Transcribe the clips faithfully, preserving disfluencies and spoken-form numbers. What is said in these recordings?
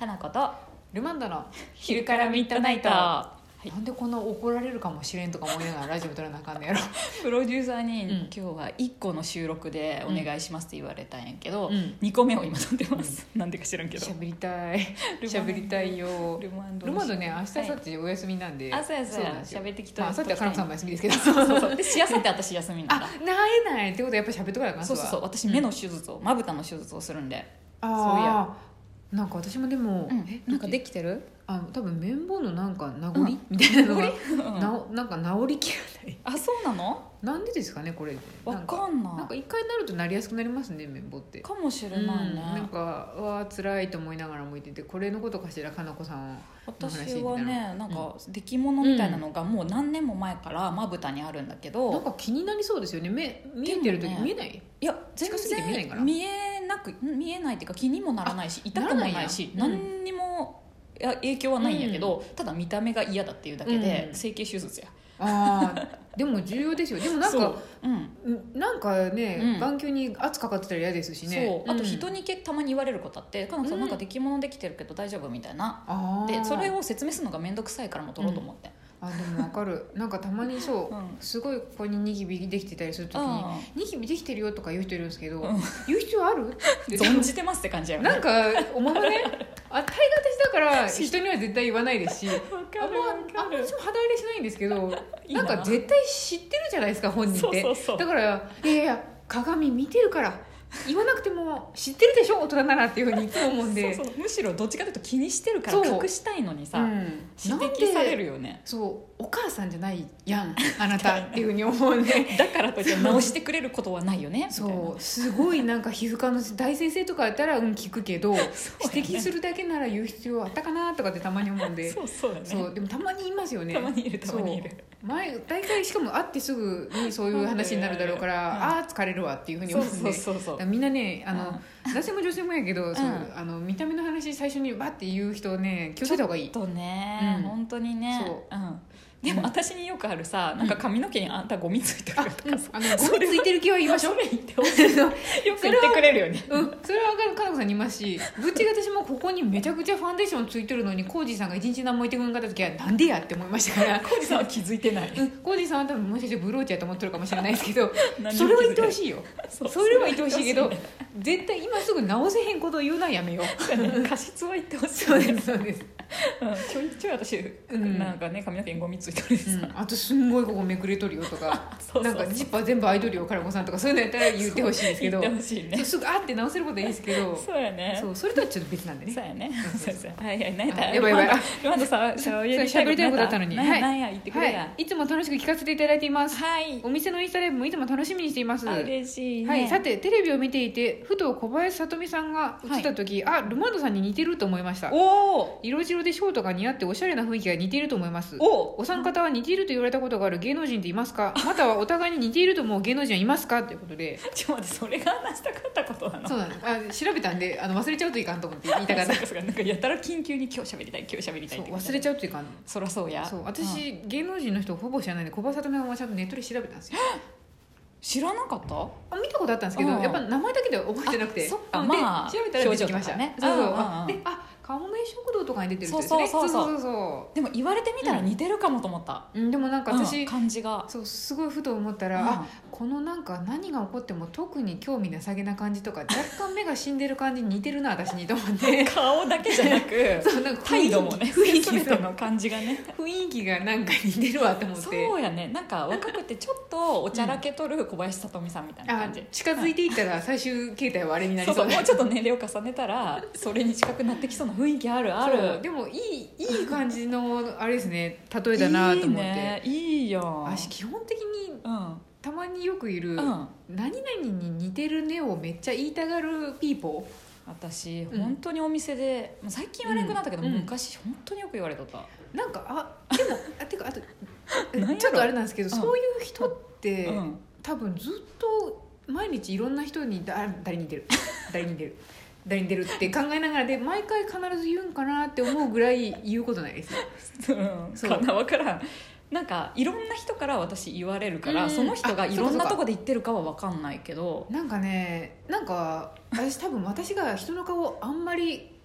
花子とルマンドの昼からミッドナイト、はい、 なんでこんな怒られるかもしれんとか思いながらラジオ撮らなあかんねやろプロデューサーに、 うん、 今日はいっこの収録でお願いしますって言われたんやけど、 うん、 にこめを今撮ってます、うん、なんでか知らんけど喋りたい喋りたいよ。 ルマンドルマンドね、明日明後日お休みなんで、 はい、あ、そうやそうや喋ってきた、まあ、明後日はカナコさんも休みですけどそうそうそうでしあさって私休みなんだあ、なえないってことはやっぱり喋っとかなあかんすわ。 そうそうそう、私目の手術をまぶたの手術をするんで、 あそういやなんか私もでも、 うん、えなんかできてるあ多分綿棒のなんか名残、うん、みたいなのが、うん、ななんか治りきらない。 あ、そうなの？ なんでですかねこれ。 わかんない。 なんか一回なるとなりやすくなりますね綿棒って。 かもしれないね、 うん、なんかわー辛いと思いながら向いてて、これのことかしらかなこさん。 私はねなんか出来物みたいなのがもう何年も前からまぶたにあるんだけど、 うん、なんか気になりそうですよね。目見えてる時、ね、見えない？ いや全然見えなく見えないっていうか気にもならないし痛くもないし、うん、何にも影響はないんやけど、うん、ただ見た目が嫌だっていうだけで、うん、整形手術や。 あでも重要ですよ。でもなんか、 うん、 なんかね、うん、眼球に圧かかってたら嫌ですしね。 そう、あと人にたまに言われることあって「かなこさんなんか出来物できてるけど大丈夫?」みたいな、でそれを説明するのが面倒くさいからもう取ろうと思って、 うん、あでも分かる。なんかたまにそう、うん、すごいここにニキビできてたりするときに「ニキビできてるよ」とか言う人いるんですけど、うん、言う必要ある？ 存じてますって感じやよね。 なんかおままねあ大概私だから人には絶対言わないですし、あんまあ私も肌荒れしないんですけどいい な, なんか絶対知ってるじゃないですか本人って。そうそうそう、だからいやいや鏡見てるから言わなくても知ってるでしょ大人ならっていうふうにいつも思うんでそうそうむしろどっちかというと気にしてるから隠したいのにさ、うん、指摘されるよね。 そうお母さんじゃないやんあなたっていうふうに思うんでだからといって直してくれることはないよね。 そうすごいなんか皮膚科の大先生とかやったらうん聞くけど、ね、指摘するだけなら言う必要あったかなとかってたまに思うんでそうそうだね。そうでもたまにいますよね。 たまにいるたまにいる。 前大体しかも会ってすぐにそういう話になるだろうから、うん、ああ疲れるわっていうふうに思うんで、そうそうそうそうみんなねあの、うん、男性も女性もやけど、うん、そうあの見た目の話最初にバッて言う人ね気をつけた方がいい。 ちょっとね、うん、本当にね。そう、うんでも私によくあるさ、なんか髪の毛にあんたゴミついてるよとかさ、 あのゴミついてる気は言いましょう。よく言ってくれるよね。 うん、それはかなこさんにいますし、ぶっちが私もここにめちゃくちゃファンデーションついてるのにコージーさんが一日何も言ってくれなかった時はなんでやって思いましたから。 コージーさんは気づいてない。 うん、コージーさんは多分もしかしてブローチやと思ってるかもしれないですけどそれは言ってほしいよ。それは言ってほしいけど絶対今すぐ直せへんことを言うのはやめよう。 過失は言ってほしい。 そうですそうです。 うん、ちょいちょい私、うん、なんかね髪の毛にゴミついてるさ、 うん、あとすんごいここめくれとるよとかそうそうそうなんかジッパー全部アイドルよカラコさんとかそういうのやったら言ってほしいですけど言ってほしいね。 すぐあって直せることはいいですけどそうやね。そうそれとはちょっと別なんでね。 そうやね。そうそうはいはい何やったやばいやばいルマンドさんしゃべりたいことだったのに何や言ってくれや、はい、 いつも楽しく聞かせていただいています。 はいお店のインスタライブもいつも楽しみにしています。 嬉しいね。 はい、さてテレビを見ていてふと小林さとみさんが映った時、はい、あルマンドさんに似てると思いました。 お色白でショートが似合っておしゃれな雰囲気が似ていると思います。おお三方は似ていると言われたことがある芸能人っていますか？またはお互いに似ていると思う芸能人はいますかということでちょっと待ってそれが話したかったことなの？ そうなのあ調べたんであの忘れちゃうといかんと思って言いたかった。 そうかなんかやたら緊急に今日喋りたい今日喋りたいって忘れちゃうといかん。 そりゃそうや。 そう私、うん、芸能人の人ほぼ知らないんで小林さとみさんはちゃんとネットで調べたんですよ。 知らなかった？ あ見たことあったんですけど、うん、やっぱ名前だけでは覚えてなくて、 そっか、まあ、 で調べたら出てきました。 ね、 そうそう、うん、であカモメ食堂とかに出てる人ですね。 そうそうそうそうそうそうそうでも言われてみたら似てるかもと思った、 うん、でもなんか私、 うん、感じがそうすごいふと思ったら、うん、あこのなんか何が起こっても特に興味なさげな感じとか若干目が死んでる感じに似てるな私にと思って顔だけじゃなくそうなんか態度もね雰囲気の感じがね雰囲気がなんか似てるわと思って。 そうやねなんか若くてちょっとおちゃらけとる小林さとみさんみたいな感じ、 うん、近づいていったら最終形態はあれになりそうそうそうもうちょっと年齢を重ねたらそれに近くなってきそうな雰囲気あるある。 でもいいいい感じのあれですね例えだなと思って。いいねいいよ。 私基本的に、 うん、 たまによくいる、うん、何々に似てるねをめっちゃ言いたがるピーポー。 私、うん、本当にお店で最近言われなくなったけど、うん、昔本当によく言われとった。 なんかあでもあてかあとちょっとあれなんですけど、うん、そういう人って、うん、多分ずっと毎日いろんな人に誰に似てる誰に似てる誰に出るって考えながらで毎回必ず言うんかなって思うぐらい言うことないですよ、 うん、そうかな分からん。なんかいろんな人から私言われるから、うん、その人がいろんなとこで言ってるかは分かんないけどなんかねなんか私多分私が人の顔あんまり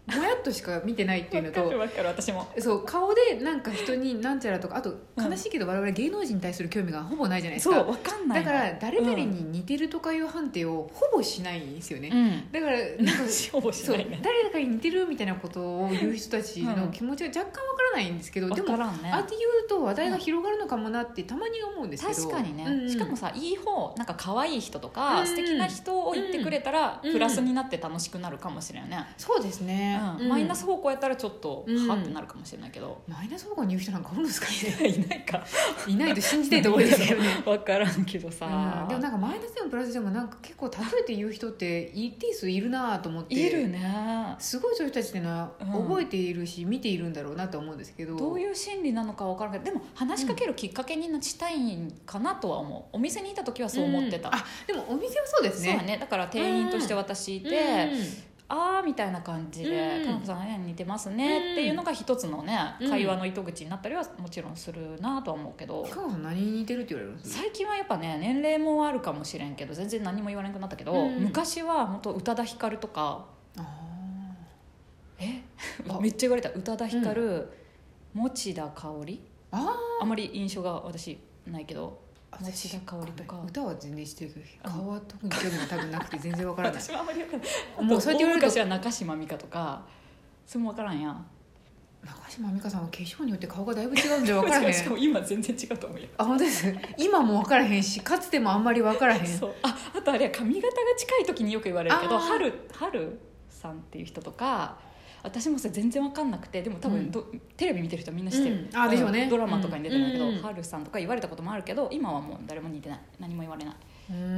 もやっとしか見てないっていうのと分かる分かる私もそう顔でなんか人になんちゃらとかあと悲しいけど我々芸能人に対する興味がほぼないじゃないですか、 そう分かんないだから誰々に似てるとかいう判定をほぼしないんですよね、 うん、 だからなんかほぼしないね、 誰かに似てるみたいなことを言う人たちの気持ちは若干わからないんですけど、うん、でも、ね、あって言うと話題が広がるのかもなってたまに思うんですけど、 確かにね、 うんうん、 しかもさいい方なんか可愛い人とか、うん、素敵な人を言ってくれたら、うん、プラスになって楽しくなるかもしれないね、 うん、そうですね、 うん、マイナス方向やったらちょっと、うん、はってなるかもしれないけど、 マイナス方向に言う人なんかおるんですかねいないかいないと信じたいところですけどね分からんけどさ、 うん、でもなんかマイナスでもプラスでもなんか結構例えて言う人って一定数いるなと思って、 いるね、 すごいそういう人たちっていうのは覚えているし、うん、見ているんだろうなと思うんですけど、 どういう心理なのか分からんけど、でも話しかけるきっかけにしたいんかなとは思う、お店にいた時はそう思ってた、 うん、あでもお店はそうですね、 そうね、だから店員として私いて、うん、あーみたいな感じで、かなこさん似てますねっていうのが一つのね、うん、会話の糸口になったりはもちろんするなとは思うけど、 かなこさん何に似てるって言われるんですか？ 最近はやっぱね年齢もあるかもしれんけど全然何も言われなくなったけど、うん、昔は本当宇多田ヒカルとか、あえめっちゃ言われた、宇多田ヒカル、うん、持田香織、ああまり印象が私ないけど持田香織とか、 歌は全然知ってるけど顔は特に興味が多分なくて全然わからない私はあまり分からないもうそうやって言われると昔は中島美嘉とかそれも分からんやん、 中島美嘉さんは化粧によって顔がだいぶ違うんじゃ分からへんしかも今全然違うと思うよ、 あ本当です今も分からへんしかつてもあんまり分からへんそう あ, あとあれは髪型が近い時によく言われるけど春春さんっていう人とか私もそれ全然分かんなくて、でも多分ど、うん、テレビ見てる人はみんな知ってる、 うん、あでしょうね、 ドラマとかに出てるんだけど、 うんうん、 春さんとか言われたこともあるけど今はもう誰も似てない、何も言われない、 うん、うん、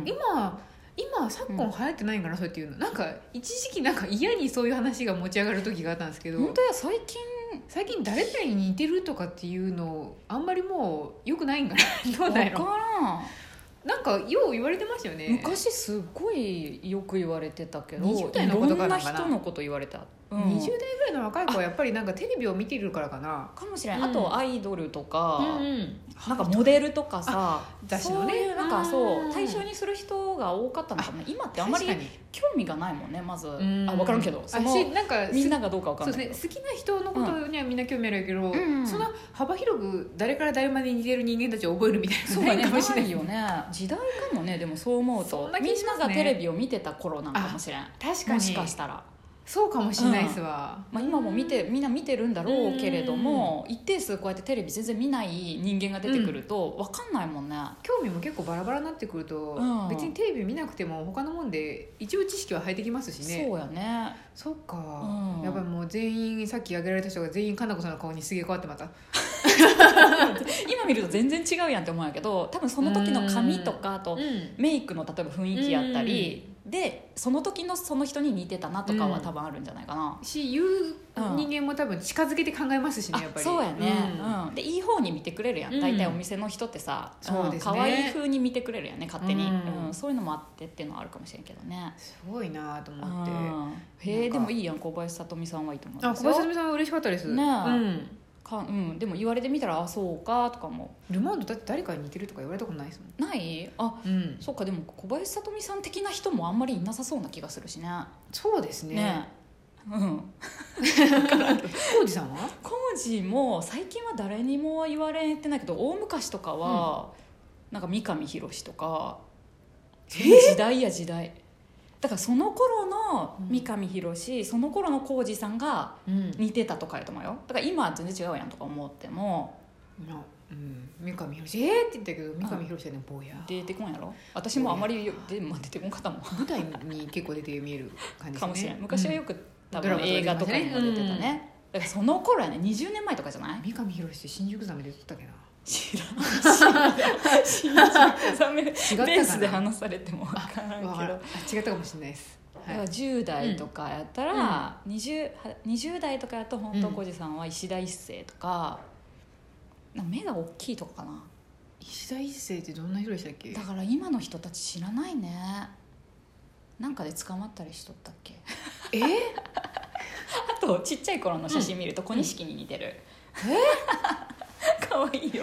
今今昨今流行ってないんかな、うん、そうやっていうのなんか一時期なんか嫌にそういう話が持ち上がる時があったんですけど、 本当や最近最近誰々に似てるとかっていうのあんまりもうよくないんかなどうだろう、 分からん、 なんかよう言われてましたよね、 昔すごいよく言われてたけどにじゅう代のことかな、 いろんな人のこと言われた、 うん、にじゅう代ぐらいの若い子はやっぱりなんかテレビを見てるからかなかもしれない、うん、あとアイドルとか、 うんうん、 なんかモデルとかさ雑誌のね、 そういうなんかそう対象にする人が多かったのかもね、今ってあんまり興味がないもんねまず、あ分からんけどそのなんかみんながどうか分かんないけど、 そうですね、好きな人のことにはみんな興味あるけど、うん、そんな幅広く誰から誰まで似てる人間たちを覚えるみたいなそうないかもしれないよね、時代かもね、でもそう思うとんな気しますね、 みんながテレビを見てた頃なんかもしれん、 確かにもしかしたらそうかもしれないですわ、 うんまあ、今も見てみんな見てるんだろうけれども、一定数こうやってテレビ全然見ない人間が出てくると分かんないもんね、 興味も結構バラバラになってくると、うん、別にテレビ見なくても他のもんで一応知識は入ってきますしね、 そうやね、 そっか、うん、やっぱりもう全員さっき挙げられた人が全員かなこさんの顔にすげえ変わってまた今見ると全然違うやんって思うんやけど、多分その時の髪とかあとメイクの例えば雰囲気やったりでその時のその人に似てたなとかは多分あるんじゃないかな、 うん、し言う人間も多分近づけて考えますしね、やっぱりそうやね、うんうん、でいい方に見てくれるやん、大体お店の人ってさ、うん、そうですね、可愛い風に見てくれるやんね勝手に、うんうん、そういうのもあってっていうのはあるかもしれんけどね、 すごいなと思って、 うん、へえでもいいやん、小林聡美さんはいいと思うんですよ。あ小林聡美さんは嬉しかったですね、 うんかうん、でも言われてみたらあそうかとかも、 ルマンドだって誰かに似てるとか言われたことないですもん。 ないあ、うん、そうか、でも小林聡美さん的な人もあんまりいなさそうな気がするしね。 そうですね、 ね、うん浩二さんは浩二も最近は誰にも言われてないけど、大昔とかは、うん、なんか三上博史とか、その時代や時代だからその頃の三上博史、うん、その頃の浩二さんが似てたとかやと思うよ。だから今は全然違うやんとか思っても、 うん、三上博史えーって言ったけど三上博史はね坊や出てこんやろ。私もあまりで、まあ、出てこんかったもん。 舞台に結構出て見える感じですねかもしれん。昔はよく、うん、多分映画とかにも出てたね、うん、だからその頃やね、にじゅうねんまえとかじゃない。 三上博史って新宿ザメで撮ったっけな。 知らん新宿ザメベースで話されても分からんけど、 あ違ったかもしれないです、 はい、じゅう代とかやったら、うん、20, 20代とかやと本当浩二さんは石田一生とか、なんか目が大きいとかかな。 石田一生ってどんな人でしたっけ。 だから今の人たち知らないね。なんかで捕まったりしとったっけえあとちっちゃい頃の写真見ると小錦に似てる、 うん、えかわいいよ。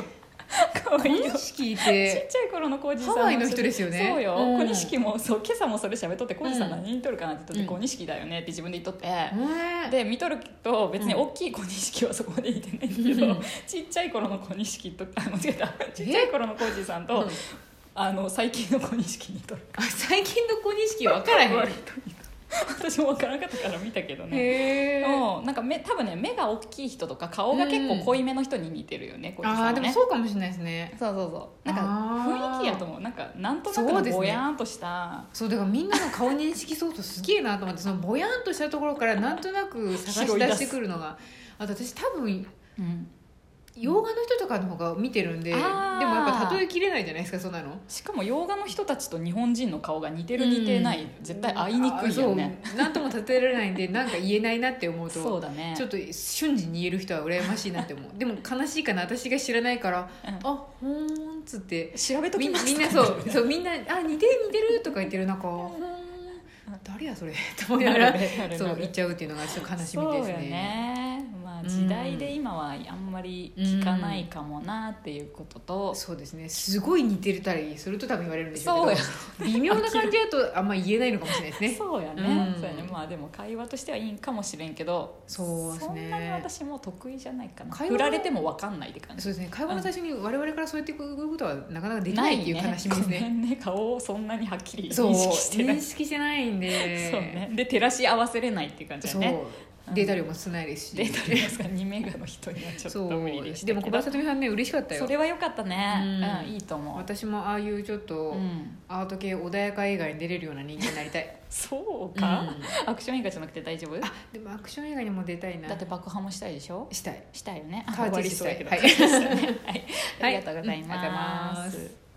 かわいいよ。 小錦っちってちゃい頃のコージさんハワイの人ですよね。 そうよ、 うん小錦もそう、今朝もそれ喋っとって、コージさんうん何にとるかなって言っとって、 うん小錦だよねって自分で言っとって、 ねで見とると別に大きい小錦はそこまでいてないんだけど、 うんちっちゃい頃の小錦とあ間違えたちっちゃい頃のコージさんと、 うんあの最近の小錦にとる。 あ、最近の小錦分からへん。 割と私も分からなかったから見たけどね。 へえ。 うん、なんか目多分ね、目が大きい人とか顔が結構濃いめの人に似てるよね、小路さんああ、 はね。 でもそうかもしれないですね。 そうそうそう、なんかあー雰囲気やと思う。なんかなんとなくのそうですねぼやーんとした、 そうだからみんなの顔認識ソフトすげえなと思って、そのぼやんとしたところからなんとなく探し出してくるのが、あと私多分うん、 洋画の人とかの方が見てるんで、でもあーやっぱ例えきれないじゃないですか、そんなの。 しかも洋画の人たちと日本人の顔が似てる似てない、絶対会いにくいよね。 そう、なんとも例えられないんで、なんか言えないなって思うと、 そうだね、 ちょっと瞬時に言える人は羨ましいなって思う。でも悲しいかな、私が知らないから、 うんあ、ほーんっつって調べとみきますみんなそうそうみんなあ似てる似てるとか言ってる中、ほーん誰やそれと思いながらそう言っちゃうっていうのがちょっと悲しみですね。 そうよね、まあ、時代で今はあんまり聞かないかもなっていうことと、 そうですね、すごい似てるたりすると多分言われるんでしょうけど、 そう微妙な感じだとあんま言えないのかもしれないですね。 そうやね、 うんそうやね、まあでも会話としてはいいんかもしれんけど、 そうですね、 そんなに私も得意じゃないかな。 会話振られても分かんないって感じ。 そうですね、会話の最初に我々からそうやってくることはなかなかできないっていう悲しみですね。 ごめんね、顔をそんなにはっきりそう認識してない。 認識してないんで、 そうね、で照らし合わせれないっていう感じだそう、 ね。 データ量も少ないですし、 データ量がにメガの人にはちょっと無理でしたけど、 でも小林さとみさんね嬉しかったよ。 それは良かったね、 うんうん、いいと思う。 私もああいうちょっとうん、 アート系穏やか映画に出れるような人間になりたい。 そうか、 うんアクション映画じゃなくて大丈夫？ あ、でもアクション映画にも出たいな。 だって爆破もしたいでしょ？ したい。 したいよね。 カーチェイスしたい。 終わりそうやけどはいはい、ありがとうございはいうんありがとうございまますす。